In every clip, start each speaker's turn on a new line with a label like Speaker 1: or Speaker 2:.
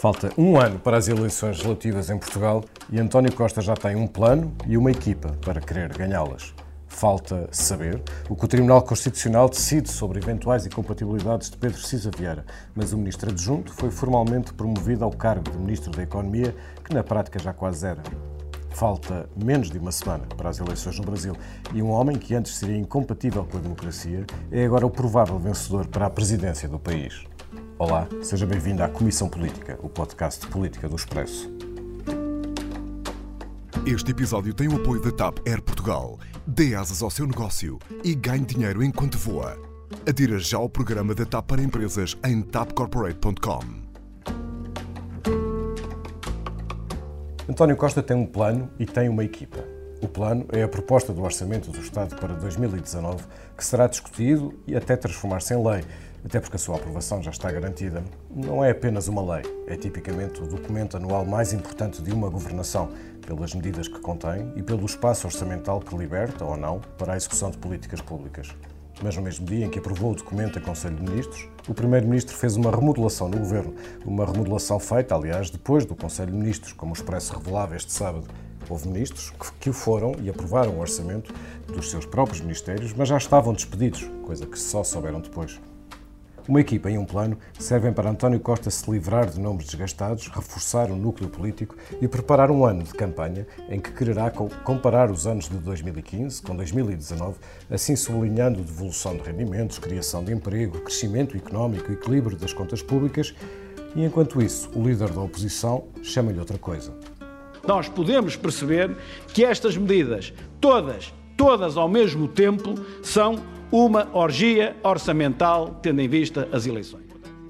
Speaker 1: Falta um ano para as eleições legislativas em Portugal e António Costa já tem um plano e uma equipa para querer ganhá-las. Falta saber o que o Tribunal Constitucional decide sobre eventuais incompatibilidades de Pedro Cisa Vieira, mas o ministro adjunto foi formalmente promovido ao cargo de Ministro da Economia, que na prática já quase era. Falta menos de uma semana para as eleições no Brasil e um homem que antes seria incompatível com a democracia é agora o provável vencedor para a presidência do país. Olá, seja bem-vindo à Comissão Política, o podcast de política do Expresso.
Speaker 2: Este episódio tem o apoio da TAP Air Portugal. Dê asas ao seu negócio e ganhe dinheiro enquanto voa. Adira já ao programa da TAP para empresas em tapcorporate.com.
Speaker 1: António Costa tem um plano e tem uma equipa. O plano é a proposta do Orçamento do Estado para 2019, que será discutido e até transformar-se em lei, até porque a sua aprovação já está garantida. Não é apenas uma lei, é tipicamente o documento anual mais importante de uma governação, pelas medidas que contém e pelo espaço orçamental que liberta, ou não, para a execução de políticas públicas. Mas no mesmo dia em que aprovou o documento em Conselho de Ministros, o Primeiro-Ministro fez uma remodelação no Governo, uma remodelação feita, aliás, depois do Conselho de Ministros, como o Expresso revelava este sábado. Houve ministros que o foram e aprovaram o orçamento dos seus próprios ministérios, mas já estavam despedidos, coisa que só souberam depois. Uma equipa e um plano servem para António Costa se livrar de nomes desgastados, reforçar o núcleo político e preparar um ano de campanha em que quererá comparar os anos de 2015 com 2019, assim sublinhando devolução de rendimentos, criação de emprego, crescimento económico, equilíbrio das contas públicas e, enquanto isso, o líder da oposição chama-lhe outra coisa.
Speaker 3: Nós podemos perceber que estas medidas, todas ao mesmo tempo, são uma orgia orçamental, tendo em vista as eleições.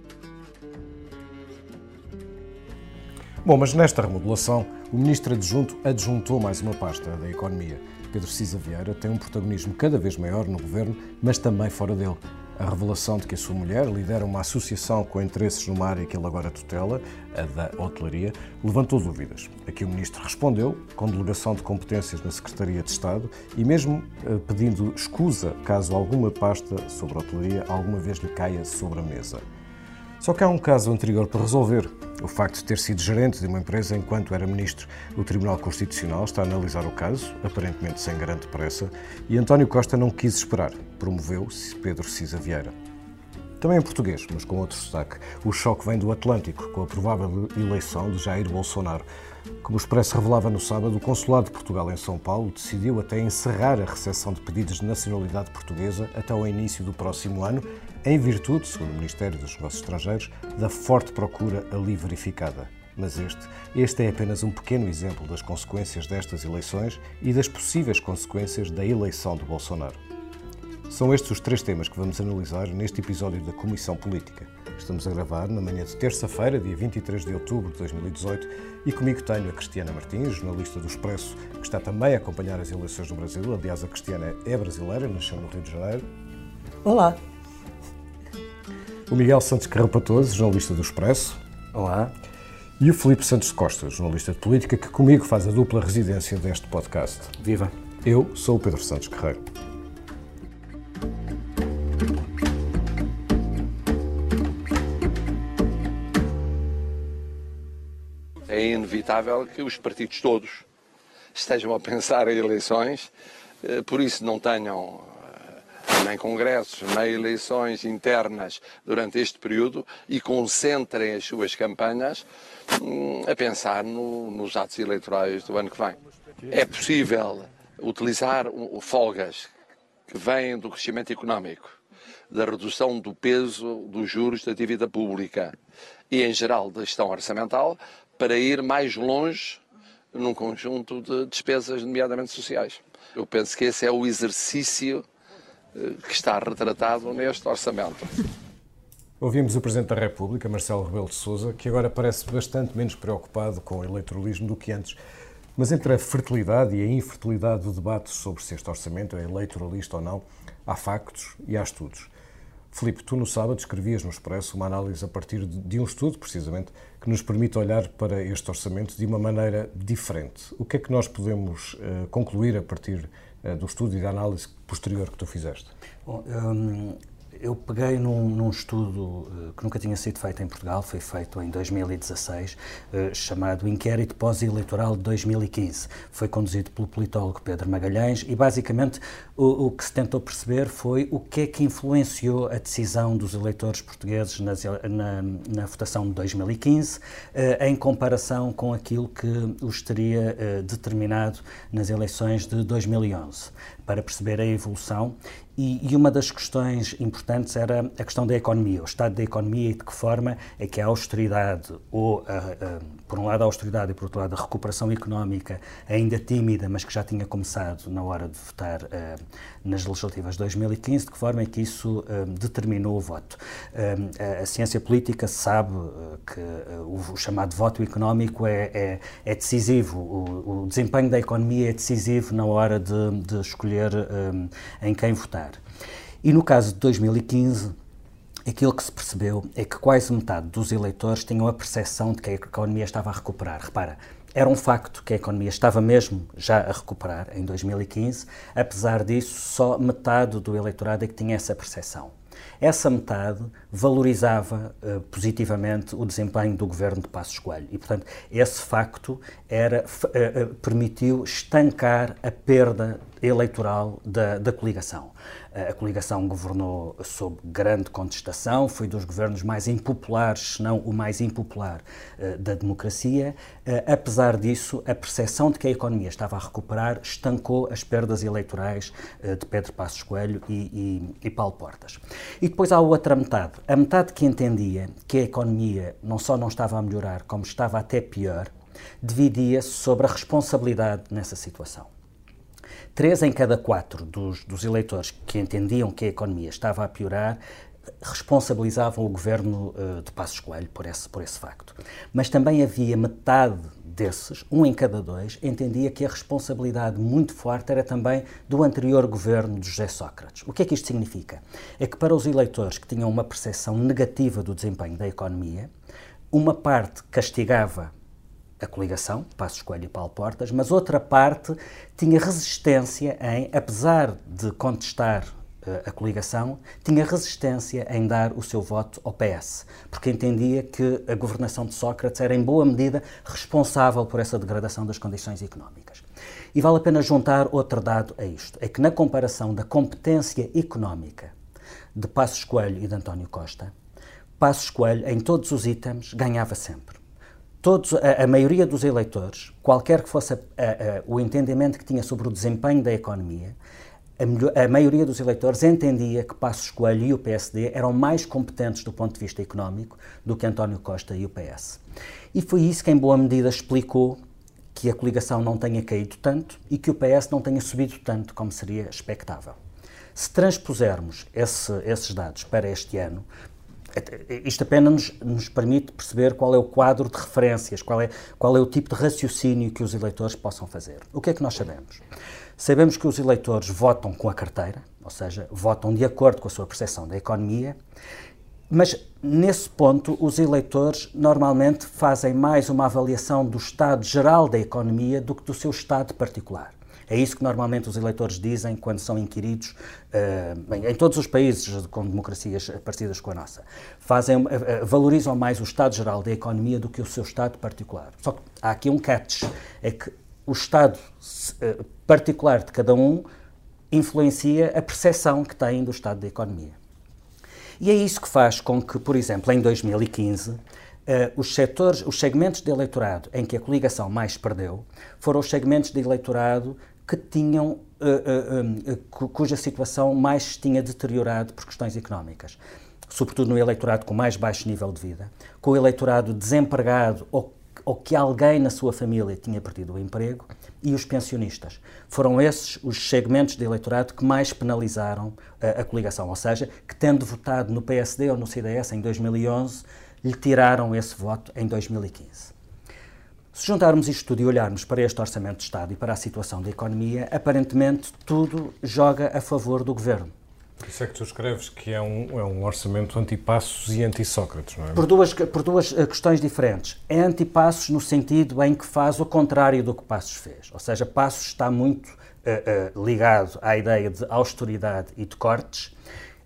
Speaker 1: Bom, mas nesta remodelação, o ministro adjunto adjuntou mais uma pasta da Economia. Pedro Cisa Vieira tem um protagonismo cada vez maior no governo, mas também fora dele. A revelação de que a sua mulher lidera uma associação com interesses numa área que ele agora tutela, a da hotelaria, levantou dúvidas. Aqui o ministro respondeu, com delegação de competências na Secretaria de Estado e mesmo pedindo escusa caso alguma pasta sobre a hotelaria alguma vez lhe caia sobre a mesa. Só que há um caso anterior para resolver. O facto de ter sido gerente de uma empresa enquanto era ministro. O Tribunal Constitucional está a analisar o caso, aparentemente sem grande pressa, e António Costa não quis esperar. Promoveu-se Pedro Cisa Vieira. Também em português, mas com outro destaque. O choque vem do Atlântico, com a provável eleição de Jair Bolsonaro. Como o Expresso revelava no sábado, o Consulado de Portugal em São Paulo decidiu até encerrar a recepção de pedidos de nacionalidade portuguesa até ao início do próximo ano, em virtude, segundo o Ministério dos Negócios Estrangeiros, da forte procura ali verificada. Mas este é apenas um pequeno exemplo das consequências destas eleições e das possíveis consequências da eleição de Bolsonaro. São estes os três temas que vamos analisar neste episódio da Comissão Política. Estamos a gravar na manhã de terça-feira, dia 23 de outubro de 2018, e comigo tenho a Cristiana Martins, jornalista do Expresso, que está também a acompanhar as eleições no Brasil. Aliás, a Cristiana é brasileira, nasceu no Rio de Janeiro.
Speaker 4: Olá.
Speaker 1: O Miguel Santos Carrapatoso, jornalista do Expresso.
Speaker 4: Olá.
Speaker 1: E o Filipe Santos Costa, jornalista de política, que comigo faz a dupla residência deste podcast.
Speaker 4: Viva.
Speaker 1: Eu sou o Pedro Santos Guerreiro.
Speaker 5: É inevitável que os partidos todos estejam a pensar em eleições, por isso não tenham nem congressos, nem eleições internas durante este período e concentrem as suas campanhas a pensar nos atos eleitorais do ano que vem. É possível utilizar folgas que vêm do crescimento económico, da redução do peso dos juros da dívida pública e, em geral, da gestão orçamental, para ir mais longe num conjunto de despesas, nomeadamente sociais. Eu penso que esse é o exercício que está retratado neste orçamento.
Speaker 1: Ouvimos o Presidente da República, Marcelo Rebelo de Sousa, que agora parece bastante menos preocupado com o eleitoralismo do que antes. Mas entre a fertilidade e a infertilidade do debate sobre se este orçamento é eleitoralista ou não, há factos e há estudos. Filipe, tu no sábado escrevias no Expresso uma análise a partir de um estudo, precisamente, que nos permite olhar para este orçamento de uma maneira diferente. O que é que nós podemos concluir a partir do estudo e da análise posterior que tu fizeste?
Speaker 4: Bom, Eu peguei num estudo que nunca tinha sido feito em Portugal, foi feito em 2016, chamado Inquérito Pós-Eleitoral de 2015. Foi conduzido pelo politólogo Pedro Magalhães e, basicamente, o que se tentou perceber foi o que é que influenciou a decisão dos eleitores portugueses na votação de 2015, em comparação com aquilo que os teria determinado nas eleições de 2011, para perceber a evolução. E uma das questões importantes era a questão da economia, o estado da economia e de que forma é que a austeridade, ou por um lado a austeridade e por outro lado a recuperação económica, ainda tímida, mas que já tinha começado na hora de votar nas legislativas de 2015, de que forma é que isso determinou o voto. A ciência política sabe que o chamado voto económico é decisivo, o desempenho da economia é decisivo na hora de escolher em quem votar. E no caso de 2015, aquilo que se percebeu é que quase metade dos eleitores tinham a percepção de que a economia estava a recuperar. Repara, era um facto que a economia estava mesmo já a recuperar em 2015, apesar disso, só metade do eleitorado é que tinha essa percepção. Essa metade valorizava positivamente o desempenho do governo de Passos Coelho e, portanto, esse facto permitiu estancar a perda eleitoral da coligação. A coligação governou sob grande contestação, foi dos governos mais impopulares, se não o mais impopular da democracia. Apesar disso, a percepção de que a economia estava a recuperar estancou as perdas eleitorais de Pedro Passos Coelho e Paulo Portas. E depois há outra metade, a metade que entendia que a economia não só não estava a melhorar, como estava até pior, dividia-se sobre a responsabilidade nessa situação. 3 em cada 4 dos eleitores que entendiam que a economia estava a piorar responsabilizavam o governo de Passos Coelho por esse facto. Mas também havia metade desses, 1 em cada 2, entendia que a responsabilidade muito forte era também do anterior governo de José Sócrates. O que é que isto significa? É que para os eleitores que tinham uma percepção negativa do desempenho da economia, uma parte castigava a coligação, Passos Coelho e Paulo Portas, mas outra parte tinha resistência em, apesar de contestar a coligação, tinha resistência em dar o seu voto ao PS, porque entendia que a governação de Sócrates era em boa medida responsável por essa degradação das condições económicas. E vale a pena juntar outro dado a isto, é que na comparação da competência económica de Passos Coelho e de António Costa, Passos Coelho, em todos os itens, ganhava sempre. A maioria dos eleitores, qualquer que fosse o entendimento que tinha sobre o desempenho da economia, a maioria dos eleitores entendia que Passos Coelho e o PSD eram mais competentes do ponto de vista económico do que António Costa e o PS. E foi isso que, em boa medida, explicou que a coligação não tenha caído tanto e que o PS não tenha subido tanto como seria expectável. Se transpusermos esses dados para este ano, isto apenas nos permite perceber qual é o quadro de referências, qual é o tipo de raciocínio que os eleitores possam fazer. O que é que nós sabemos? Sabemos que os eleitores votam com a carteira, ou seja, votam de acordo com a sua percepção da economia, mas nesse ponto os eleitores normalmente fazem mais uma avaliação do estado geral da economia do que do seu estado particular. É isso que normalmente os eleitores dizem quando são inquiridos, em todos os países com democracias parecidas com a nossa. Valorizam mais o estado geral da economia do que o seu estado particular. Só que há aqui um catch, é que o estado particular de cada um influencia a percepção que têm do estado da economia. E é isso que faz com que, por exemplo, em 2015, os segmentos de eleitorado em que a coligação mais perdeu foram os segmentos de eleitorado que tinham, cuja situação mais se tinha deteriorado por questões económicas, sobretudo no eleitorado com mais baixo nível de vida, com o eleitorado desempregado ou que alguém na sua família tinha perdido o emprego, e os pensionistas. Foram esses os segmentos de eleitorado que mais penalizaram a coligação, ou seja, que tendo votado no PSD ou no CDS em 2011, lhe tiraram esse voto em 2015. Se juntarmos isto tudo e olharmos para este Orçamento de Estado e para a situação da economia, aparentemente tudo joga a favor do Governo.
Speaker 1: Por isso é que tu escreves que é um orçamento anti-Passos e anti-Sócrates, não é?
Speaker 4: Por duas questões diferentes. É anti-Passos no sentido em que faz o contrário do que Passos fez. Ou seja, Passos está muito ligado à ideia de austeridade e de cortes,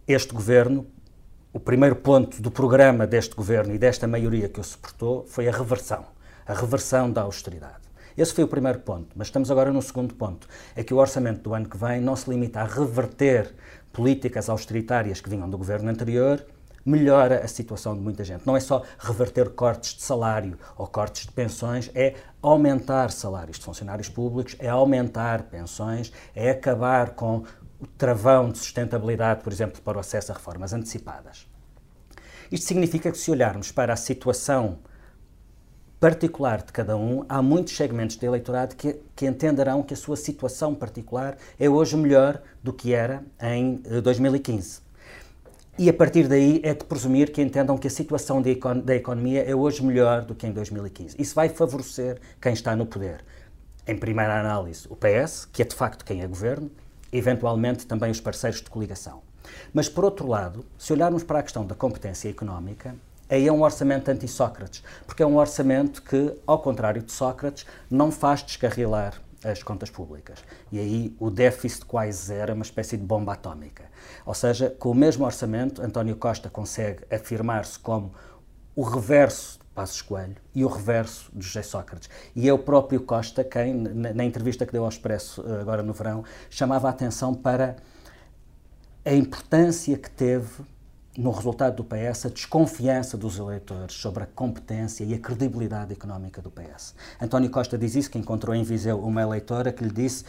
Speaker 4: este governo, o primeiro ponto do programa deste governo e desta maioria que o suportou foi a reversão da austeridade. Esse foi o primeiro ponto, mas estamos agora no segundo ponto, é que o orçamento do ano que vem não se limita a reverter políticas austeritárias que vinham do governo anterior, melhora a situação de muita gente. Não é só reverter cortes de salário ou cortes de pensões, é aumentar salários de funcionários públicos, é aumentar pensões, é acabar com o travão de sustentabilidade, por exemplo, para o acesso a reformas antecipadas. Isto significa que, se olharmos para a situação particular de cada um, há muitos segmentos de eleitorado que entenderão que a sua situação particular é hoje melhor do que era em 2015. E a partir daí é de presumir que entendam que a situação da economia é hoje melhor do que em 2015. Isso vai favorecer quem está no poder. Em primeira análise, o PS, que é de facto quem é governo, eventualmente também os parceiros de coligação. Mas, por outro lado, se olharmos para a questão da competência económica, aí é um orçamento anti-Sócrates, porque é um orçamento que, ao contrário de Sócrates, não faz descarrilar as contas públicas. E aí o déficit quase zero é uma espécie de bomba atómica. Ou seja, com o mesmo orçamento, António Costa consegue afirmar-se como o reverso de Passos Coelho e o reverso de José Sócrates. E é o próprio Costa quem, na entrevista que deu ao Expresso agora no verão, chamava a atenção para a importância que teve no resultado do PS a desconfiança dos eleitores sobre a competência e a credibilidade económica do PS. António Costa diz isso, que encontrou em Viseu uma eleitora que lhe disse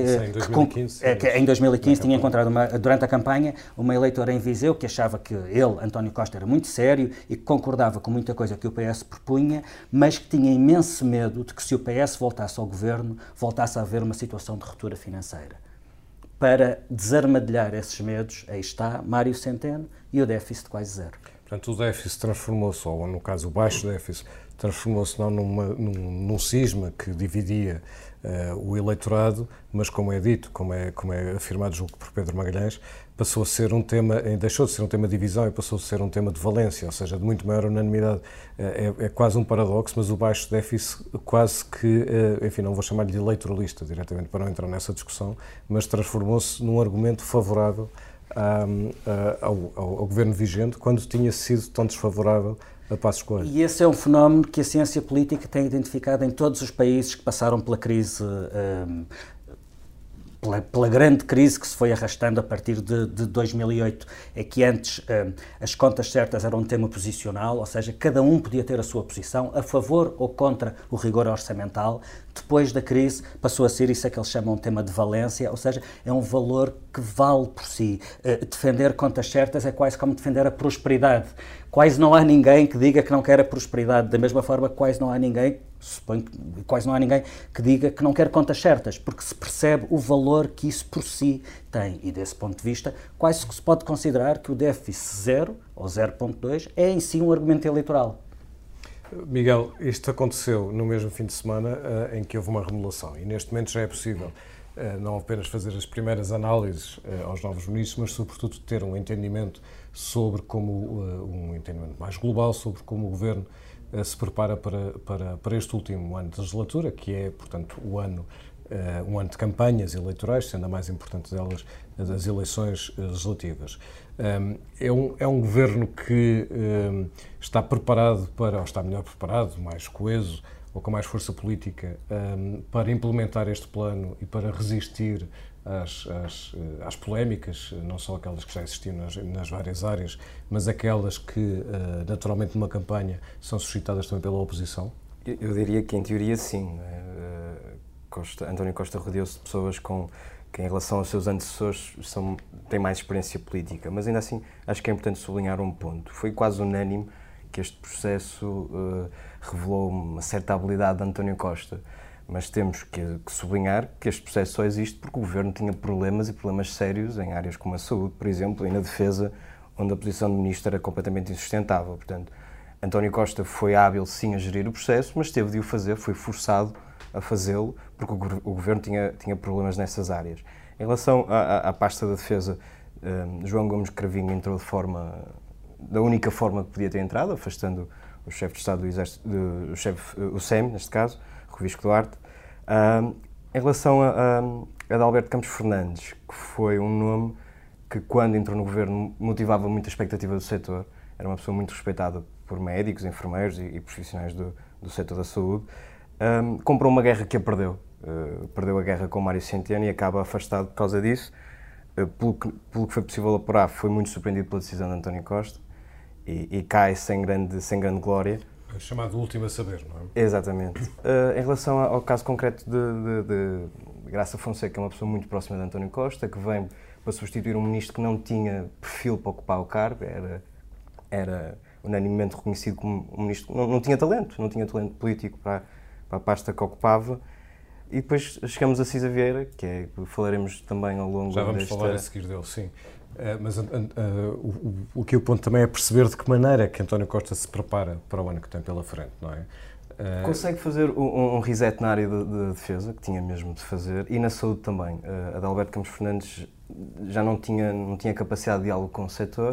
Speaker 4: que em 2015 tinha encontrado durante a campanha uma eleitora em Viseu que achava que ele, António Costa, era muito sério e que concordava com muita coisa que o PS propunha, mas que tinha imenso medo de que, se o PS voltasse ao governo, voltasse a haver uma situação de ruptura financeira. Para desarmadilhar esses medos, aí está Mário Centeno e o déficit quase zero.
Speaker 1: Portanto, o déficit transformou-se, ou no caso o baixo déficit, transformou-se não num cisma que dividia o eleitorado, mas, como é dito, como é afirmado, julgo, por Pedro Magalhães, passou a ser um tema, deixou de ser um tema de divisão e passou a ser um tema de valência, ou seja, de muito maior unanimidade. É quase um paradoxo, mas o baixo déficit quase que, enfim, não vou chamar-lhe de eleitoralista diretamente para não entrar nessa discussão, mas transformou-se num argumento favorável ao governo vigente, quando tinha sido tão desfavorável a Passos Coelho.
Speaker 4: E esse é um fenómeno que a ciência política tem identificado em todos os países que passaram pela crise, pela grande crise que se foi arrastando a partir de 2008. É que antes as contas certas eram um tema posicional, ou seja, cada um podia ter a sua posição a favor ou contra o rigor orçamental. Depois da crise passou a ser isso que eles chamam de tema de valência, ou seja, é um valor que vale por si. Defender contas certas é quase como defender a prosperidade. Quase não há ninguém que diga que não quer a prosperidade, da mesma forma que quase não há ninguém que diga que não quer contas certas, porque se percebe o valor que isso por si tem. E desse ponto de vista, quase que se pode considerar que o déficit 0, ou 0,2, é em si um argumento eleitoral.
Speaker 1: Miguel, isto aconteceu no mesmo fim de semana em que houve uma remodelação e neste momento já é possível não apenas fazer as primeiras análises aos novos ministros, mas sobretudo ter um entendimento sobre como, um entendimento mais global sobre como o Governo se prepara para este último ano de legislatura, que é, portanto, um ano de campanhas eleitorais, sendo a mais importante delas as eleições legislativas. É um governo que está preparado ou está melhor preparado, mais coeso ou com mais força política para implementar este plano e para resistir às polémicas, não só aquelas que já existiam nas várias áreas, mas aquelas que, naturalmente, numa campanha são suscitadas também pela oposição?
Speaker 6: Eu diria que, em teoria, sim. António Costa rodeou-se de pessoas que, em relação aos seus antecessores, têm mais experiência política, mas ainda assim acho que é importante sublinhar um ponto. Foi quase unânime que este processo revelou uma certa habilidade de António Costa, mas temos que sublinhar que este processo só existe porque o Governo tinha problemas e problemas sérios em áreas como a saúde, por exemplo, e na defesa, onde a posição de ministro era completamente insustentável. Portanto, António Costa foi hábil, sim, a gerir o processo, mas teve de o fazer, foi forçado a fazê-lo, porque o Governo tinha problemas nessas áreas. Em relação à pasta da defesa, João Gomes Cravinho entrou da única forma que podia ter entrado, afastando o chefe de Estado do Exército, o SEM, neste caso, Rui Visco Duarte. Em relação a Adalberto Campos Fernandes, que foi um nome que quando entrou no governo motivava muita expectativa do setor, era uma pessoa muito respeitada por médicos, enfermeiros e profissionais do setor da saúde, comprou uma guerra que a perdeu. Perdeu a guerra com Mário Centeno e acaba afastado por causa disso. Pelo que foi possível apurar, foi muito surpreendido pela decisão de António Costa e cai sem grande glória.
Speaker 1: É chamado último a saber, não é?
Speaker 6: Exatamente. Em relação ao caso concreto de Graça Fonseca, é uma pessoa muito próxima de António Costa, que vem para substituir um ministro que não tinha perfil para ocupar o cargo, era unanimemente reconhecido como um ministro que não tinha talento político para a pasta que ocupava. E depois chegamos a Cisa Vieira, que falaremos também ao longo desta...
Speaker 1: Já vamos falar a seguir dele, sim. Mas aqui o ponto também é perceber de que maneira que António Costa se prepara para o ano que tem pela frente, não é?
Speaker 6: Consegue fazer um reset na área de defesa, que tinha mesmo de fazer, e na saúde também. Adalberto Campos Fernandes já não tinha capacidade de diálogo com o setor.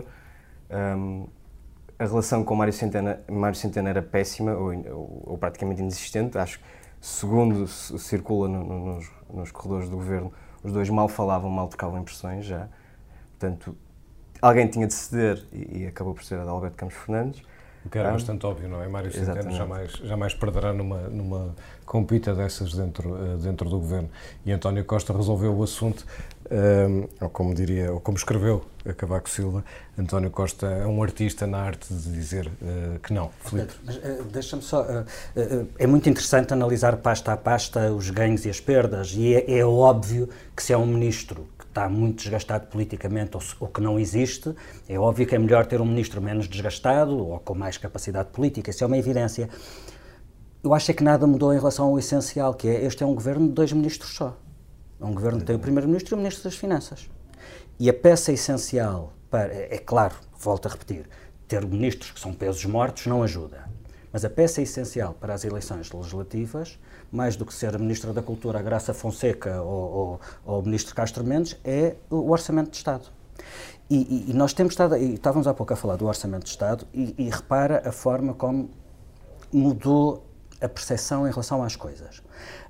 Speaker 6: A relação com Mário Centeno era péssima, ou praticamente inexistente. Acho que, segundo circula nos corredores do governo, os dois mal falavam, mal trocavam impressões já. Portanto, alguém tinha de ceder e acabou por ser Adalberto Campos Fernandes.
Speaker 1: O que era bastante óbvio, não é? Mário Centeno jamais perderá numa compita dessas dentro do governo. E António Costa resolveu o assunto, ou como escreveu a Cavaco Silva, António Costa é um artista na arte de dizer que não. Filipe.
Speaker 4: Mas deixa-me só... é muito interessante analisar pasta a pasta os ganhos e as perdas, e é óbvio que se é um ministro que está muito desgastado politicamente ou que não existe, é óbvio que é melhor ter um ministro menos desgastado ou com mais capacidade política, isso é uma evidência. Eu acho que nada mudou em relação ao essencial, que este é um governo de 2 ministros só. É um governo que tem o primeiro-ministro e o ministro das Finanças. E a peça essencial, é claro, volto a repetir, ter ministros que são pesos mortos não ajuda. Mas a peça essencial para as eleições legislativas, mais do que ser a Ministra da Cultura, a Graça Fonseca ou o Ministro Castro Mendes, é o Orçamento de Estado. E nós estávamos há pouco a falar do Orçamento de Estado e repara a forma como mudou a percepção em relação às coisas.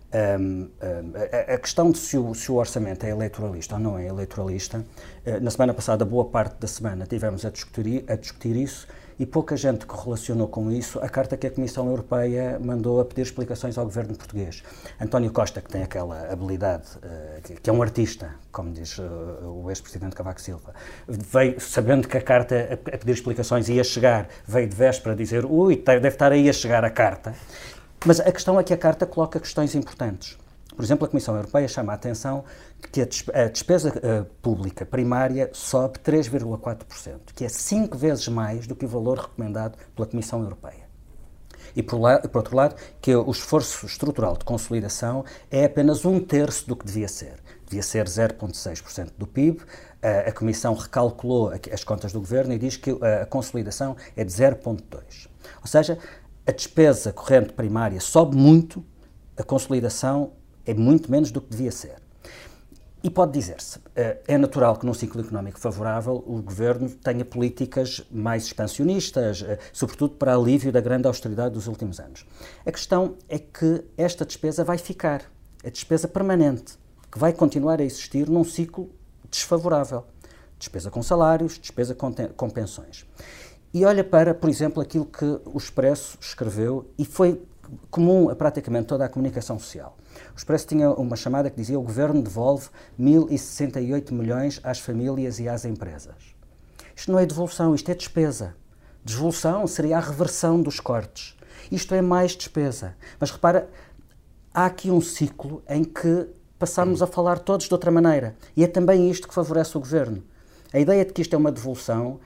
Speaker 4: A questão de se o orçamento é eleitoralista ou não é eleitoralista, na semana passada, boa parte da semana, tivemos a discutir isso e pouca gente correlacionou com isso a carta que a Comissão Europeia mandou a pedir explicações ao governo português. António Costa, que tem aquela habilidade, que é um artista, como diz o ex-presidente Cavaco Silva, veio, sabendo que a carta a pedir explicações ia chegar, veio de véspera dizer deve estar aí a chegar a carta. Mas a questão é que a carta coloca questões importantes. Por exemplo, a Comissão Europeia chama a atenção que a despesa pública primária sobe 3,4%, que é 5 vezes mais do que o valor recomendado pela Comissão Europeia. E, por outro lado, que o esforço estrutural de consolidação é apenas 1/3 do que devia ser. Devia ser 0,6% do PIB. A Comissão recalculou as contas do Governo e diz que a consolidação é de 0,2%. Ou seja, a despesa corrente primária sobe muito, a consolidação é muito menos do que devia ser. E pode dizer-se, é natural que num ciclo económico favorável o Governo tenha políticas mais expansionistas, sobretudo para alívio da grande austeridade dos últimos anos. A questão é que esta despesa vai ficar, é despesa permanente, que vai continuar a existir num ciclo desfavorável. Despesa com salários, despesa com pensões. E olha para, por exemplo, aquilo que o Expresso escreveu e foi comum a praticamente toda a comunicação social. O Expresso tinha uma chamada que dizia: o Governo devolve 1.068 milhões às famílias e às empresas. Isto não é devolução, isto é despesa. Devolução seria a reversão dos cortes. Isto é mais despesa. Mas repara, há aqui um ciclo em que passamos a falar todos de outra maneira. E é também isto que favorece o Governo. A ideia de que isto é uma devolução...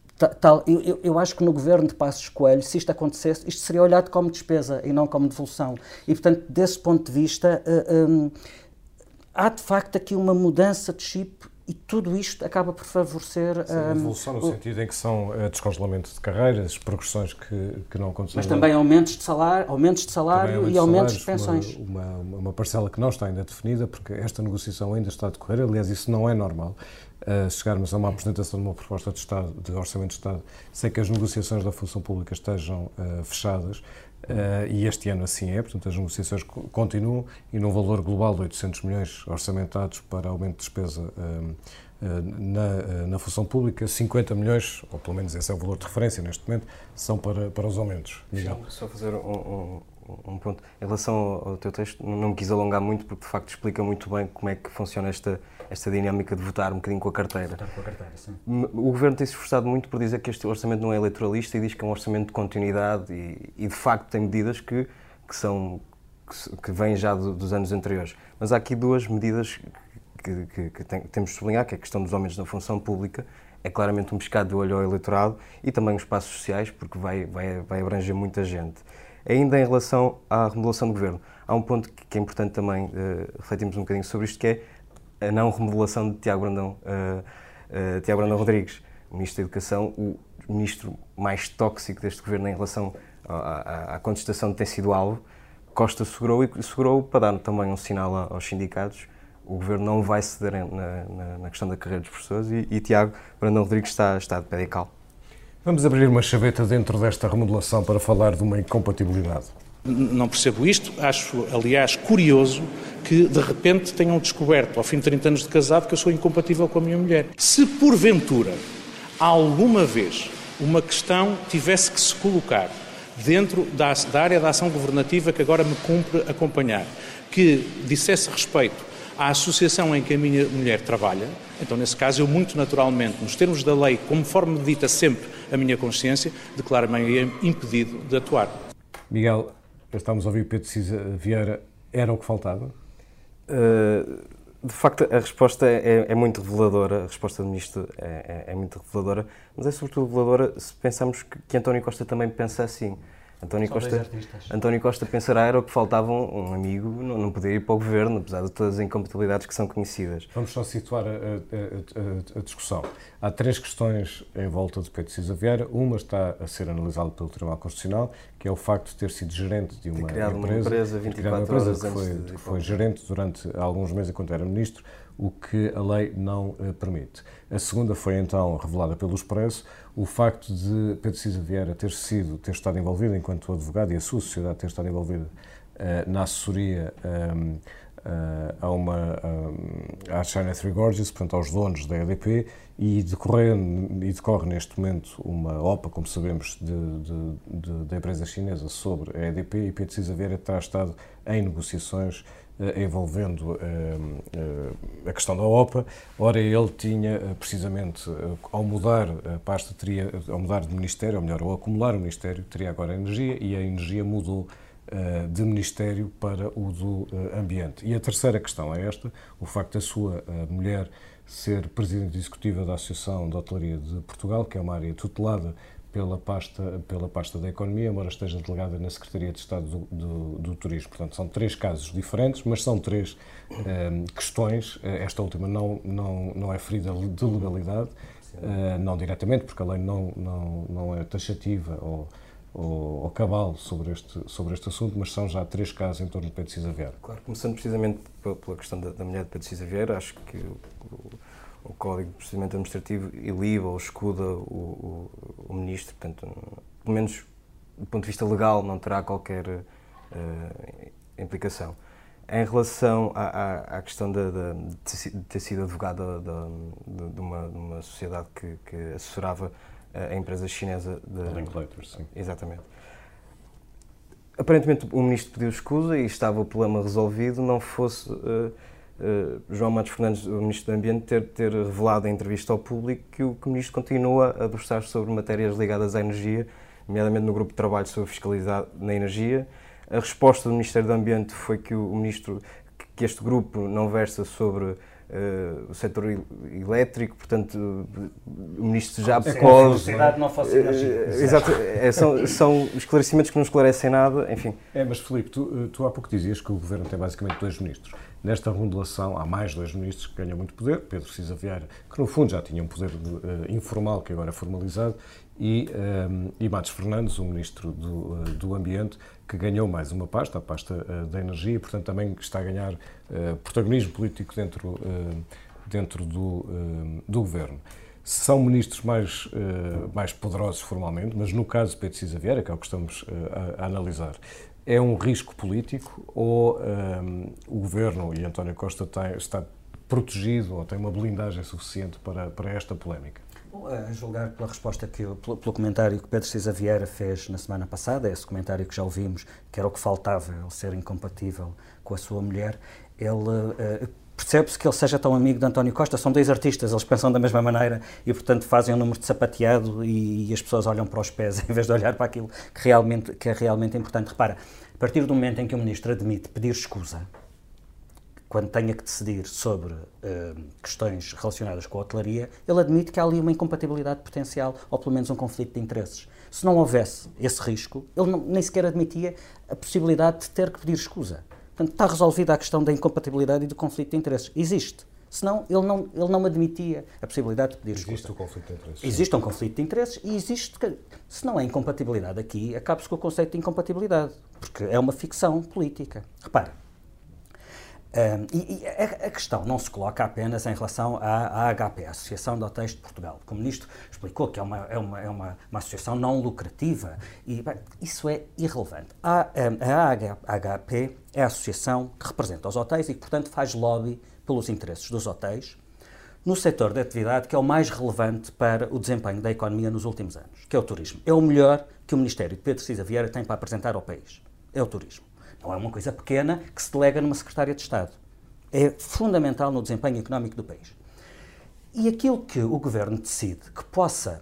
Speaker 4: Eu acho que no governo de Passos Coelho, se isto acontecesse, isto seria olhado como despesa e não como devolução. E, portanto, desse ponto de vista, há de facto aqui uma mudança de chip e tudo isto acaba por favorecer...
Speaker 1: a devolução no sentido em que são descongelamento de carreiras, progressões que não aconteceram.
Speaker 4: Mas também aumentos de salário e aumentos de pensões.
Speaker 1: Uma parcela que não está ainda definida, porque esta negociação ainda está a decorrer. Aliás, isso não é normal. Chegarmos a uma apresentação de uma proposta de Estado, de Orçamento de Estado, sem que as negociações da função pública estejam fechadas, e este ano assim é, portanto as negociações continuam e num valor global de 800 milhões orçamentados para aumento de despesa na função pública, 50 milhões, ou pelo menos esse é o valor de referência neste momento, são para os aumentos. Miguel.
Speaker 6: Só fazer um ponto. Em relação ao teu texto, não me quis alongar muito, porque de facto explica muito bem como é que funciona esta dinâmica de votar um bocadinho com a carteira.
Speaker 4: Votar com a carteira, sim.
Speaker 6: O Governo tem-se esforçado muito por dizer que este orçamento não é eleitoralista e diz que é um orçamento de continuidade e de facto tem medidas que vêm já dos anos anteriores. Mas há aqui duas medidas que temos de sublinhar, que é a questão dos aumentos na função pública, é claramente um pescado de olho ao eleitorado, e também os espaços sociais, porque vai abranger muita gente. Ainda em relação à remodelação do Governo, há um ponto que é importante também refletirmos um bocadinho sobre isto, que é a não remodelação de Tiago Brandão Rodrigues, o Ministro da Educação, o ministro mais tóxico deste Governo em relação à contestação de ter sido alvo. Costa segurou para dar também um sinal aos sindicatos. O Governo não vai ceder na questão da carreira dos professores e Tiago Brandão Rodrigues está de pé de cal.
Speaker 1: Vamos abrir uma chaveta dentro desta remodelação para falar de uma incompatibilidade.
Speaker 7: Não percebo isto. Acho, aliás, curioso que, de repente, tenham descoberto, ao fim de 30 anos de casado, que eu sou incompatível com a minha mulher. Se, porventura, alguma vez uma questão tivesse que se colocar dentro da área da ação governativa que agora me cumpre acompanhar, que dissesse respeito à associação em que a minha mulher trabalha, então, nesse caso, eu muito naturalmente, nos termos da lei, conforme dita sempre a minha consciência, declaro-me impedido de atuar.
Speaker 1: Miguel, estamos a ouvir Pedro Cisa Vieira, era o que faltava?
Speaker 6: De facto, a resposta é muito reveladora, a resposta do Ministro é muito reveladora, mas é sobretudo reveladora se pensarmos que António Costa também pensa assim. António Costa pensará era o que faltava um amigo, não poder ir para o Governo, apesar de todas as incompatibilidades que são conhecidas.
Speaker 1: Vamos só situar a discussão. Há três questões em volta de Pedro Cisa Vieira. Uma está a ser analisada pelo Tribunal Constitucional, que é o facto de ter sido gerente de uma empresa
Speaker 6: 24 horas
Speaker 1: que foi gerente durante alguns meses enquanto era ministro, o que a lei não permite. A segunda foi então revelada pelo Expresso, o facto de Pedro Cisa Vieira ter estado envolvido enquanto advogado e a sua sociedade ter estado envolvida na assessoria à China Three Gorges, portanto aos donos da EDP, e decorre neste momento uma OPA, como sabemos, da empresa chinesa sobre a EDP, e Pedro Cisa Vieira terá estado em negociações envolvendo a questão da OPA. Ora, ele tinha, precisamente, ao mudar a pasta, ao mudar de ministério, ou melhor, ao acumular o ministério, teria agora a energia, e a energia mudou de ministério para o do ambiente. E a terceira questão é esta, o facto da sua mulher ser presidente executiva da Associação de Hotelaria de Portugal, que é uma área tutelada pela pasta da Economia, embora esteja delegada na Secretaria de Estado do Turismo. Portanto, são três casos diferentes, mas são três questões. Esta última não é ferida de legalidade, não diretamente, porque a lei não é taxativa ou cabal sobre este assunto, mas são já três casos em torno de Pedro Cisa Vieira.
Speaker 6: Claro, começando precisamente pela questão da mulher de Pedro Cisa Vieira, acho que o Código de Procedimento Administrativo iliba ou escuda o Ministro, portanto, pelo menos do ponto de vista legal não terá qualquer implicação. Em relação à questão de ter sido advogada de uma sociedade que assessorava a empresa chinesa
Speaker 1: de Linklater, sim.
Speaker 6: Exatamente. Aparentemente o Ministro pediu escusa e estava o problema resolvido, não fosse João Matos Fernandes, o Ministro do Ambiente, ter revelado em entrevista ao público que o Ministro continua a debruçar sobre matérias ligadas à energia, nomeadamente no grupo de trabalho sobre fiscalidade na energia. A resposta do Ministério do Ambiente foi que o Ministro, que este grupo não versa sobre o setor elétrico, portanto, o Ministro já pode...
Speaker 4: não fosse
Speaker 6: Exato, são esclarecimentos que não esclarecem nada, enfim.
Speaker 1: Mas Filipe, tu há pouco dizias que o Governo tem basicamente dois ministros. Nesta remodelação há mais dois ministros que ganham muito poder, Pedro Cisa Vieira, que no fundo já tinha um poder informal, que agora é formalizado, e Matos Fernandes, o Ministro do Ambiente, que ganhou mais uma pasta, a pasta da energia, e portanto também está a ganhar protagonismo político dentro do Governo. São ministros mais poderosos formalmente, mas no caso de Pedro Cisa Vieira, que é o que estamos a analisar, é um risco político ou o Governo e António Costa está protegido ou tem uma blindagem suficiente para esta polémica?
Speaker 4: A julgar pela resposta pelo comentário que Pedro Cisa Vieira fez na semana passada, esse comentário que já ouvimos, que era o que faltava, ele ser incompatível com a sua mulher, ele percebe-se que ele seja tão amigo de António Costa. São dois artistas, eles pensam da mesma maneira e, portanto, fazem um número de sapateado e as pessoas olham para os pés em vez de olhar para aquilo que é realmente importante. Repara, a partir do momento em que o Ministro admite pedir escusa, quando tenha que decidir sobre questões relacionadas com a hotelaria, ele admite que há ali uma incompatibilidade potencial, ou pelo menos um conflito de interesses. Se não houvesse esse risco, ele nem sequer admitia a possibilidade de ter que pedir escusa. Portanto, está resolvida a questão da incompatibilidade e do conflito de interesses. Existe. Senão, ele não admitia a possibilidade de pedir escusa.
Speaker 1: Existe o conflito de interesses.
Speaker 4: Existe um conflito de interesses e existe... Se não é incompatibilidade aqui, acaba-se com o conceito de incompatibilidade, porque é uma ficção política. Repara, a questão não se coloca apenas em relação à AHP, a Associação de Hotéis de Portugal. O Ministro explicou que é uma associação não lucrativa e bem, isso é irrelevante. A AHP é a associação que representa os hotéis e que, portanto, faz lobby pelos interesses dos hotéis no setor de atividade que é o mais relevante para o desempenho da economia nos últimos anos, que é o turismo. É o melhor que o Ministério de Pedro Cisa Vieira tem para apresentar ao país. É o turismo. Não é uma coisa pequena que se delega numa Secretária de Estado. É fundamental no desempenho económico do país. E aquilo que o Governo decide que possa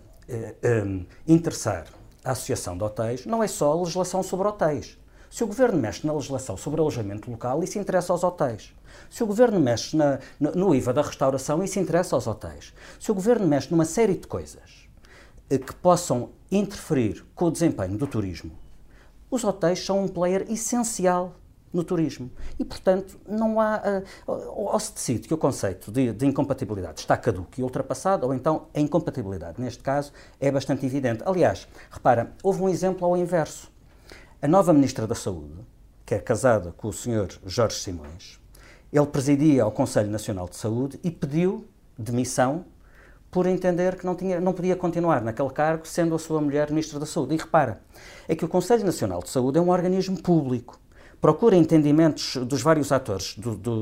Speaker 4: interessar a Associação de Hotéis não é só a legislação sobre hotéis. Se o Governo mexe na legislação sobre alojamento local, isso interessa aos hotéis. Se o Governo mexe no IVA da restauração, isso interessa aos hotéis. Se o Governo mexe numa série de coisas que possam interferir com o desempenho do turismo, os hotéis são um player essencial no turismo e, portanto, não há... ou se decide que o conceito de incompatibilidade está caduco e ultrapassado, ou então a incompatibilidade, neste caso, é bastante evidente. Aliás, repara, houve um exemplo ao inverso. A nova Ministra da Saúde, que é casada com o Sr. Jorge Simões, ele presidia ao Conselho Nacional de Saúde e pediu demissão por entender que não podia continuar naquele cargo, sendo a sua mulher Ministra da Saúde. E repara, é que o Conselho Nacional de Saúde é um organismo público, procura entendimentos dos vários atores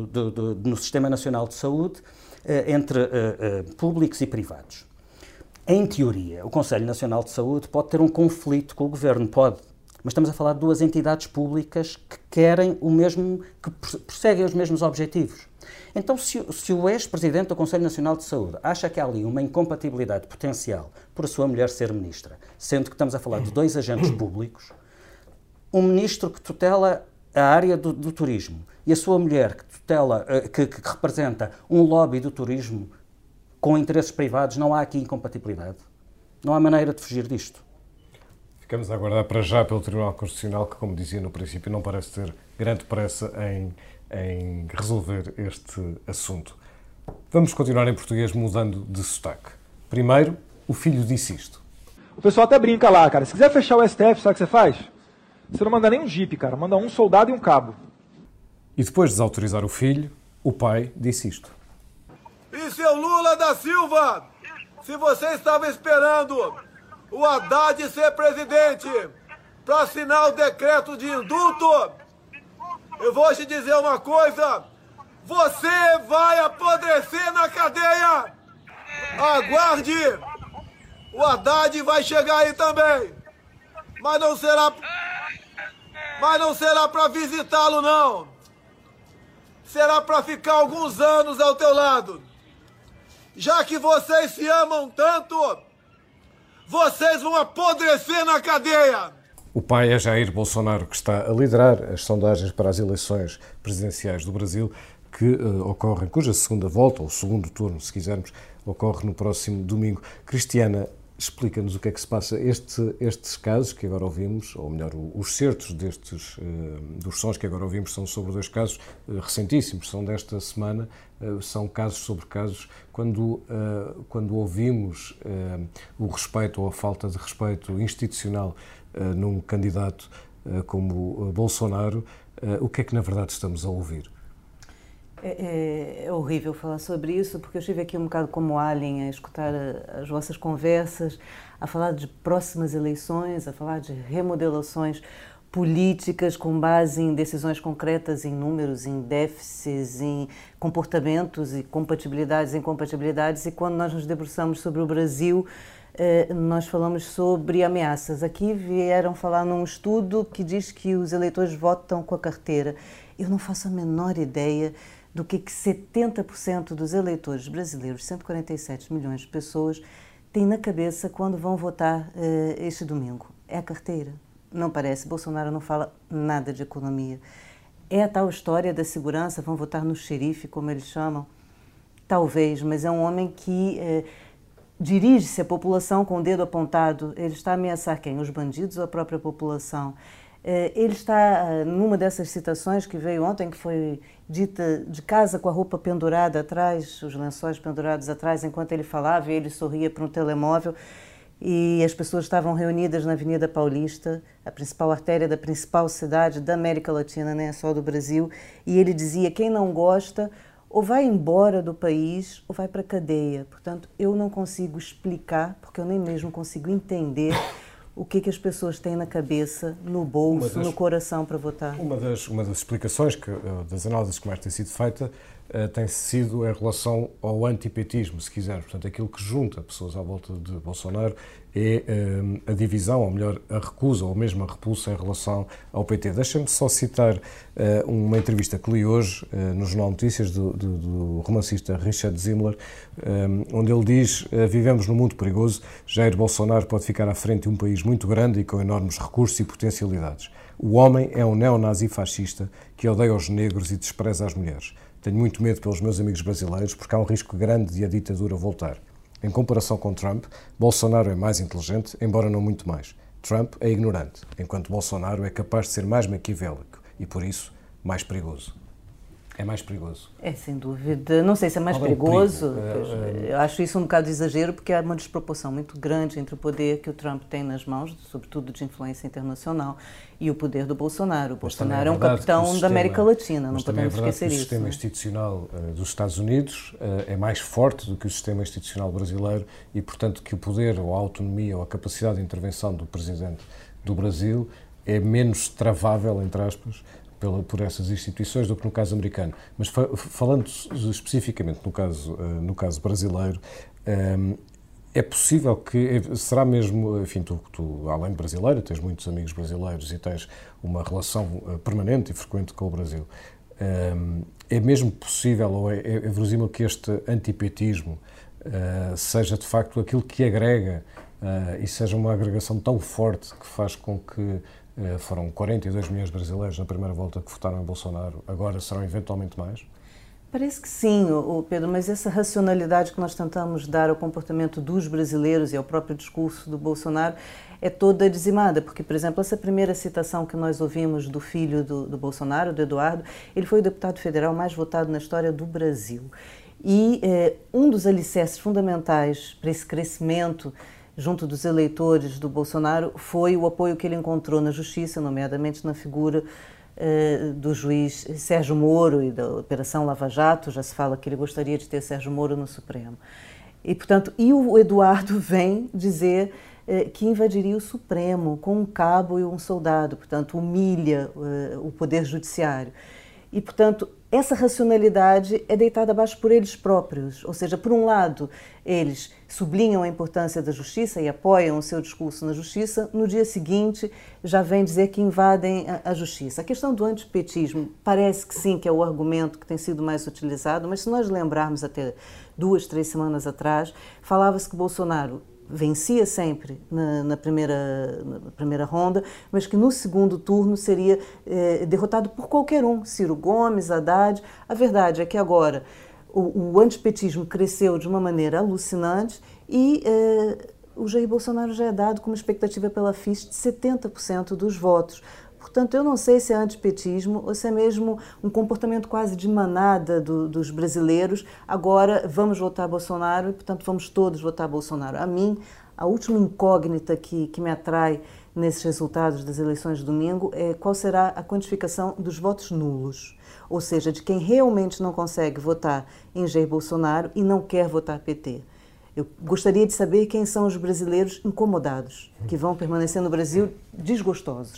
Speaker 4: no Sistema Nacional de Saúde, entre públicos e privados. Em teoria, o Conselho Nacional de Saúde pode ter um conflito com o Governo, pode, mas estamos a falar de duas entidades públicas que querem o mesmo, que perseguem os mesmos objetivos. Então, se o ex-presidente do Conselho Nacional de Saúde acha que há ali uma incompatibilidade potencial por a sua mulher ser ministra, sendo que estamos a falar de dois agentes públicos, um ministro que tutela a área do turismo e a sua mulher que tutela, que representa um lobby do turismo com interesses privados, não há aqui incompatibilidade. Não há maneira de fugir disto.
Speaker 1: Ficamos a aguardar para já pelo Tribunal Constitucional, que, como dizia no princípio, não parece ter grande pressa em resolver este assunto. Vamos continuar em português, mudando de sotaque. Primeiro, o filho disse isto.
Speaker 8: O pessoal até brinca lá, cara. Se quiser fechar o STF, sabe o que você faz? Você não manda nem um jipe, cara. Manda um soldado e um cabo.
Speaker 1: E depois de desautorizar o filho, o pai disse isto.
Speaker 9: E seu Lula da Silva, se você estava esperando o Haddad ser presidente para assinar o decreto de indulto, eu vou te dizer uma coisa, você vai apodrecer na cadeia. Aguarde, o Haddad vai chegar aí também, mas não será para visitá-lo não, será para ficar alguns anos ao teu lado. Já que vocês se amam tanto, vocês vão apodrecer na cadeia.
Speaker 1: O pai é Jair Bolsonaro, que está a liderar as sondagens para as eleições presidenciais do Brasil, que ocorrem, cuja segunda volta, ou segundo turno, se quisermos, ocorre no próximo domingo. Cristiana, explica-nos o que é que se passa. Estes casos que agora ouvimos, ou melhor, os certos dos sons que agora ouvimos são sobre dois casos recentíssimos, são desta semana, são casos sobre casos. Quando ouvimos o respeito ou a falta de respeito institucional num candidato como Bolsonaro, o que é que na verdade estamos a ouvir?
Speaker 10: É horrível falar sobre isso, porque eu estive aqui um bocado como alien a escutar as vossas conversas, a falar de próximas eleições, a falar de remodelações políticas com base em decisões concretas, em números, em déficits, em comportamentos e compatibilidades e incompatibilidades. E quando nós nos debruçamos sobre o Brasil, nós falamos sobre ameaças. Aqui vieram falar num estudo que diz que os eleitores votam com a carteira. Eu não faço a menor ideia do que 70% dos eleitores brasileiros, 147 milhões de pessoas, têm na cabeça quando vão votar este domingo. É a carteira. Não parece. Bolsonaro não fala nada de economia. É a tal história da segurança, vão votar no xerife, como eles chamam? Talvez, mas é um homem que dirige-se à população com o dedo apontado. Ele está a ameaçar quem? Os bandidos ou a própria população? Ele está numa dessas citações que veio ontem, que foi dita de casa com a roupa pendurada atrás, os lençóis pendurados atrás, enquanto ele falava e ele sorria para um telemóvel. E as pessoas estavam reunidas na Avenida Paulista, a principal artéria da principal cidade da América Latina, nem é só do Brasil, e ele dizia: quem não gosta ou vai embora do país ou vai para a cadeia. Portanto, eu não consigo explicar, porque eu nem mesmo consigo entender o que as pessoas têm na cabeça, no bolso, no coração para votar.
Speaker 1: Uma das explicações das análises que mais tem sido feita tem sido em relação ao antipetismo, se quiser. Portanto, aquilo que junta pessoas à volta de Bolsonaro é a divisão, ou melhor, a recusa, ou mesmo a repulsa em relação ao PT. Deixa-me só citar uma entrevista que li hoje no Jornal Notícias do romancista Richard Zimmler, onde ele diz: vivemos num mundo perigoso, Jair Bolsonaro pode ficar à frente de um país muito grande e com enormes recursos e potencialidades. O homem é um neonazi fascista que odeia os negros e despreza as mulheres. Tenho muito medo pelos meus amigos brasileiros porque há um risco grande de a ditadura voltar. Em comparação com Trump, Bolsonaro é mais inteligente, embora não muito mais. Trump é ignorante, enquanto Bolsonaro é capaz de ser mais maquiavélico e, por isso, mais perigoso. É mais perigoso.
Speaker 10: É, sem dúvida. Não sei se é mais perigoso. Eu acho isso um bocado de exagero, porque há uma desproporção muito grande entre o poder que o Trump tem nas mãos, sobretudo de influência internacional, e o poder do Bolsonaro. O Bolsonaro é um capitão da América Latina, não podemos esquecer isso.
Speaker 1: O sistema institucional dos Estados Unidos é mais forte do que o sistema institucional brasileiro e, portanto, que o poder, ou a autonomia, ou a capacidade de intervenção do presidente do Brasil é menos travável, entre aspas, por essas instituições do que no caso americano. Mas falando especificamente no caso brasileiro, é possível que, será mesmo, enfim, tu além de brasileiro, tens muitos amigos brasileiros e tens uma relação permanente e frequente com o Brasil. É mesmo possível, ou é verosímil que este antipetismo seja de facto aquilo que agrega e seja uma agregação tão forte que faz com que foram 42 milhões de brasileiros na primeira volta que votaram em Bolsonaro, agora serão eventualmente mais?
Speaker 10: Parece que sim, Pedro, mas essa racionalidade que nós tentamos dar ao comportamento dos brasileiros e ao próprio discurso do Bolsonaro é toda dizimada, porque, por exemplo, essa primeira citação que nós ouvimos do filho do Bolsonaro, do Eduardo, ele foi o deputado federal mais votado na história do Brasil. E um dos alicerces fundamentais para esse crescimento junto dos eleitores do Bolsonaro foi o apoio que ele encontrou na Justiça, nomeadamente na figura do juiz Sérgio Moro e da Operação Lava Jato. Já se fala que ele gostaria de ter Sérgio Moro no Supremo. E, portanto, o Eduardo vem dizer que invadiria o Supremo com um cabo e um soldado, portanto, humilha o Poder Judiciário. E, portanto, essa racionalidade é deitada abaixo por eles próprios. Ou seja, por um lado, eles sublinham a importância da justiça e apoiam o seu discurso na justiça, no dia seguinte já vêm dizer que invadem a justiça. A questão do antipetismo parece que sim, que é o argumento que tem sido mais utilizado, mas se nós lembrarmos até 2, 3 semanas atrás, falava-se que Bolsonaro vencia sempre na primeira ronda, mas que no segundo turno seria derrotado por qualquer um, Ciro Gomes, Haddad. A verdade é que agora o antipetismo cresceu de uma maneira alucinante e o Jair Bolsonaro já é dado com uma expectativa pela ficha de 70% dos votos. Portanto, eu não sei se é antipetismo ou se é mesmo um comportamento quase de manada dos brasileiros. Agora vamos votar Bolsonaro e, portanto, vamos todos votar Bolsonaro. A mim, a última incógnita que me atrai nesses resultados das eleições de domingo é qual será a quantificação dos votos nulos. Ou seja, de quem realmente não consegue votar em Jair Bolsonaro e não quer votar PT. Eu gostaria de saber quem são os brasileiros incomodados, que vão permanecer no Brasil desgostosos.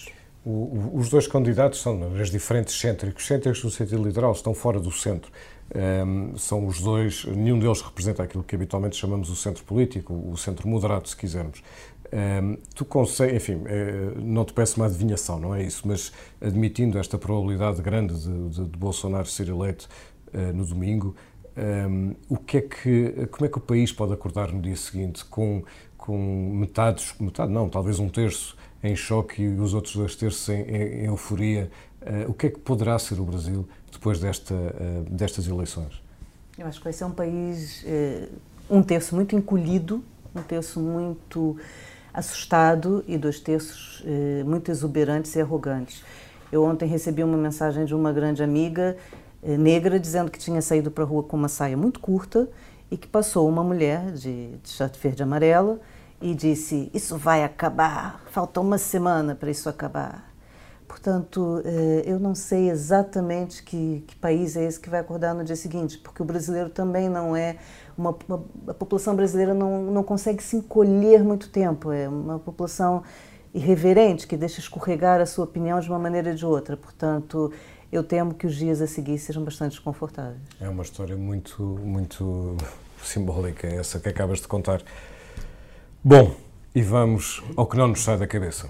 Speaker 1: Os dois candidatos são, de maneiras diferentes, cêntricos. Cêntricos no sentido literal, estão fora do centro. São os dois, nenhum deles representa aquilo que habitualmente chamamos o centro político, o centro moderado, se quisermos. Tu consegues, enfim, não te peço uma adivinhação, não é isso, mas admitindo esta probabilidade grande de Bolsonaro ser eleito no domingo, como é que o país pode acordar no dia seguinte com metade não, talvez um terço em choque e os outros 2 terços em euforia? O que é que poderá ser o Brasil depois destas eleições?
Speaker 10: Eu acho que vai ser um país, um terço muito encolhido, um terço muito assustado e 2 terços muito exuberantes e arrogantes. Eu ontem recebi uma mensagem de uma grande amiga negra dizendo que tinha saído para a rua com uma saia muito curta e que passou uma mulher de short verde e amarela e disse: isso vai acabar, falta uma semana para isso acabar. Portanto, eu não sei exatamente que país é esse que vai acordar no dia seguinte, porque o brasileiro também não é a população brasileira não consegue se encolher muito tempo, é uma população irreverente que deixa escorregar a sua opinião de uma maneira ou de outra. Portanto, eu temo que os dias a seguir sejam bastante desconfortáveis. É
Speaker 1: uma história muito, muito simbólica essa que acabas de contar. Bom, e vamos ao que não nos sai da cabeça.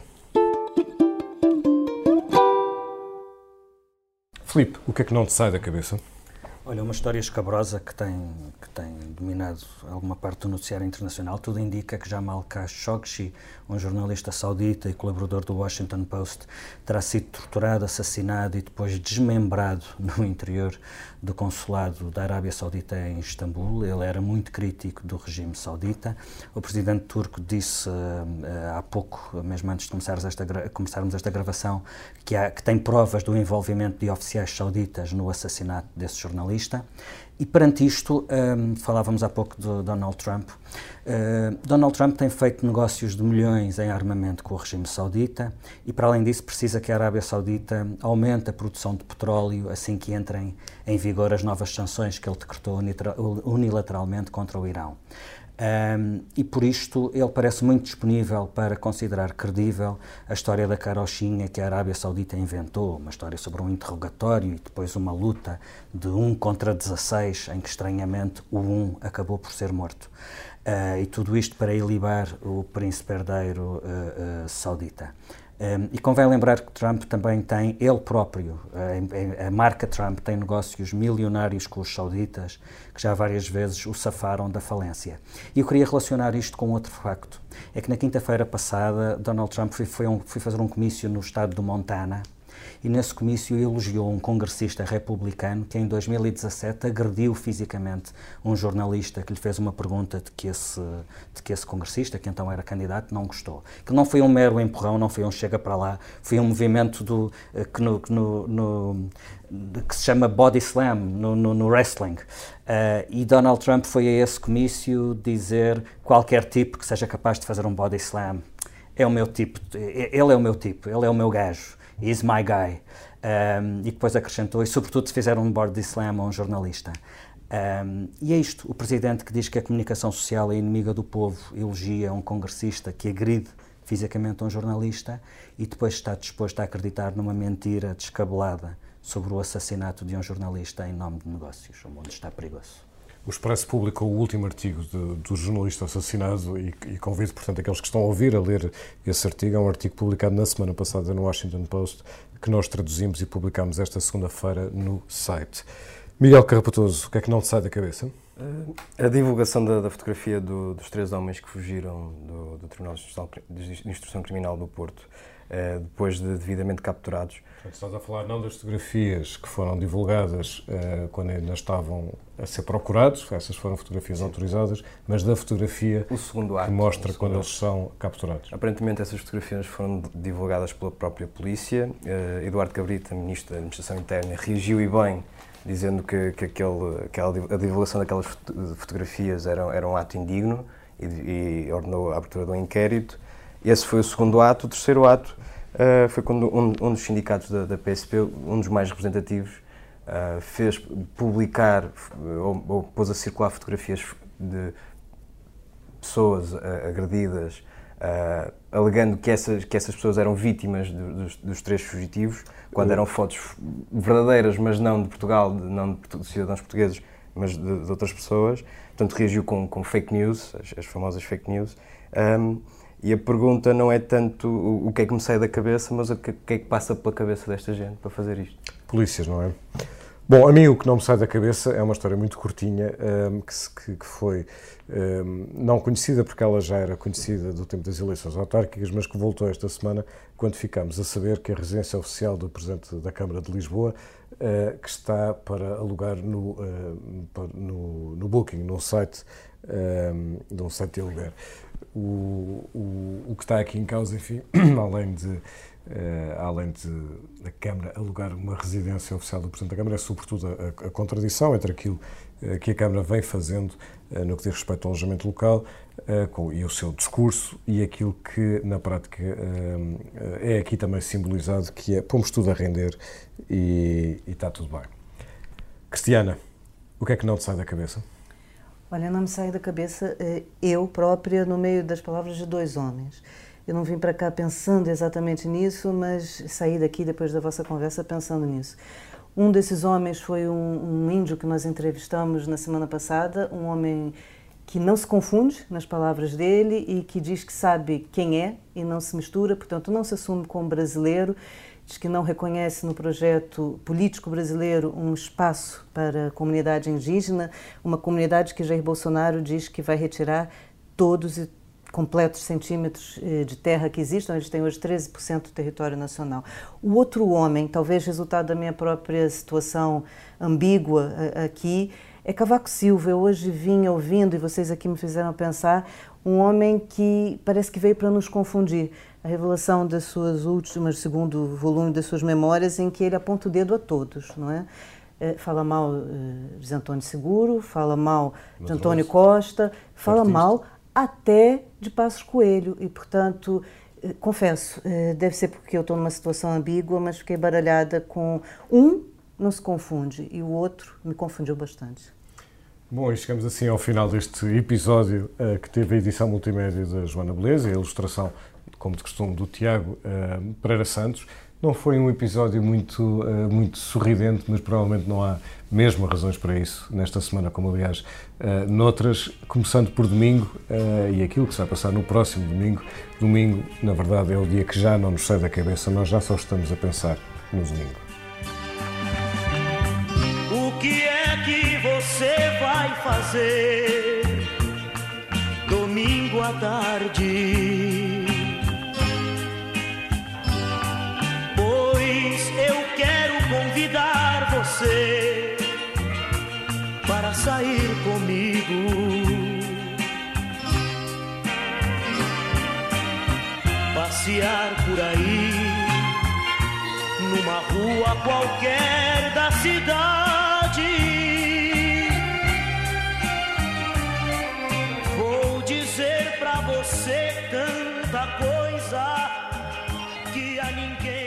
Speaker 1: Filipe, o que é que não te sai da cabeça?
Speaker 4: Olha, uma história escabrosa que tem dominado alguma parte do noticiário internacional. Tudo indica que Jamal Khashoggi, um jornalista saudita e colaborador do Washington Post, terá sido torturado, assassinado e depois desmembrado no interior do consulado da Arábia Saudita em Istambul. Ele era muito crítico do regime saudita. O presidente turco disse há pouco, mesmo antes de começarmos esta gravação, que tem provas do envolvimento de oficiais sauditas no assassinato desse jornalista. E perante isto, falávamos há pouco de Donald Trump. Donald Trump tem feito negócios de milhões em armamento com o regime saudita e, para além disso, precisa que a Arábia Saudita aumente a produção de petróleo assim que entrem em vigor as novas sanções que ele decretou unilateralmente contra o Irão. E por isto ele parece muito disponível para considerar credível a história da carochinha que a Arábia Saudita inventou, uma história sobre um interrogatório e depois uma luta de 1 contra 16, em que estranhamente o 1 acabou por ser morto. E tudo isto para ilibar o príncipe herdeiro saudita. E convém lembrar que Trump também tem, ele próprio, a marca Trump tem negócios milionários com os sauditas, que já várias vezes o safaram da falência. E eu queria relacionar isto com outro facto. É que na quinta-feira passada, Donald Trump foi fazer um comício no estado do Montana, e nesse comício elogiou um congressista republicano que em 2017 agrediu fisicamente um jornalista que lhe fez uma pergunta de que esse congressista, que então era candidato, não gostou. Que não foi um mero empurrão, não foi um chega para lá, foi um movimento que se chama body slam no wrestling. E Donald Trump foi a esse comício dizer: qualquer tipo que seja capaz de fazer um body slam é o meu tipo, ele é o meu tipo, ele é o meu gajo. He's my guy. E depois acrescentou, e sobretudo se fizer um body slam a um jornalista. E é isto, o presidente que diz que a comunicação social é inimiga do povo, elogia um congressista que agride fisicamente um jornalista e depois está disposto a acreditar numa mentira descabelada sobre o assassinato de um jornalista em nome de negócios. O mundo está perigoso.
Speaker 1: O Expresso publicou o último artigo do jornalista assassinado e convido, portanto, aqueles que estão a ouvir a ler esse artigo. É um artigo publicado na semana passada no Washington Post, que nós traduzimos e publicámos esta segunda-feira no site. Miguel Carrapatoso, o que é que não te sai da cabeça?
Speaker 6: A divulgação da fotografia dos 3 homens que fugiram do Tribunal de Instrução Criminal do Porto, depois de devidamente capturados.
Speaker 1: Estás a falar não das fotografias que foram divulgadas quando ainda estavam a ser procurados, essas foram fotografias autorizadas, mas da fotografia que mostra quando eles são capturados.
Speaker 6: Aparentemente essas fotografias foram divulgadas pela própria polícia. Eduardo Cabrita, Ministro da Administração Interna, reagiu e bem, dizendo que a divulgação daquelas fotografias era um ato indigno e ordenou a abertura de um inquérito. Esse foi o segundo ato. O terceiro ato foi quando um dos sindicatos da PSP, um dos mais representativos, fez publicar ou pôs a circular fotografias de pessoas agredidas alegando que essas pessoas eram vítimas dos 3 fugitivos, quando eram fotos verdadeiras, mas não de Portugal, não de cidadãos portugueses, mas de outras pessoas. Portanto, reagiu com fake news, as famosas fake news. E a pergunta não é tanto o que é que me sai da cabeça, mas o que é que passa pela cabeça desta gente para fazer isto.
Speaker 1: Polícias, não é? Bom, a mim o que não me sai da cabeça é uma história muito curtinha, que foi não conhecida, porque ela já era conhecida do tempo das eleições autárquicas, mas que voltou esta semana, quando ficámos a saber que a residência oficial do Presidente da Câmara de Lisboa, que está para alugar no Booking, num site de aluguer. O que está aqui em causa, enfim, além de a Câmara alugar uma residência oficial do Presidente da Câmara, é sobretudo a contradição entre aquilo que a Câmara vem fazendo no que diz respeito ao alojamento local e o seu discurso e aquilo que na prática é aqui também simbolizado, que é pomos tudo a render e está tudo bem. Cristiana, o que é que não te sai da cabeça?
Speaker 10: Olha, não me sai da cabeça eu própria no meio das palavras de 2 homens. Eu não vim para cá pensando exatamente nisso, mas saí daqui depois da vossa conversa pensando nisso. Um desses homens foi um índio que nós entrevistamos na semana passada, um homem que não se confunde nas palavras dele e que diz que sabe quem é e não se mistura, portanto não se assume como brasileiro, diz que não reconhece no projeto político brasileiro um espaço para a comunidade indígena, uma comunidade que Jair Bolsonaro diz que vai retirar todos e completos centímetros de terra que existem. Eles têm hoje 13% do território nacional. O outro homem, talvez resultado da minha própria situação ambígua aqui, é Cavaco Silva. Eu hoje vim ouvindo, e vocês aqui me fizeram pensar, um homem que parece que veio para nos confundir. A revelação das suas últimas, segundo volume das suas memórias, em que ele aponta o dedo a todos, não é? Fala mal de Zé Antônio Seguro, fala mal de Antônio Costa, fala mal até de Passos Coelho e, portanto, confesso, deve ser porque eu estou numa situação ambígua, mas fiquei baralhada com não se confunde, e o outro me confundiu bastante.
Speaker 1: Bom, e chegamos assim ao final deste episódio que teve a edição multimédia da Joana Beleza e a ilustração, como de costume, do Tiago Pereira Santos. Não foi um episódio muito sorridente, mas provavelmente não há mesmo razões para isso nesta semana, como aliás noutras, começando por domingo e aquilo que se vai passar no próximo domingo. Domingo, na verdade, é o dia que já não nos sai da cabeça, nós já só estamos a pensar no domingo.
Speaker 11: O que é que você vai fazer domingo à tarde? Convidar você para sair comigo, passear por aí, numa rua qualquer da cidade. Vou dizer pra você tanta coisa que a ninguém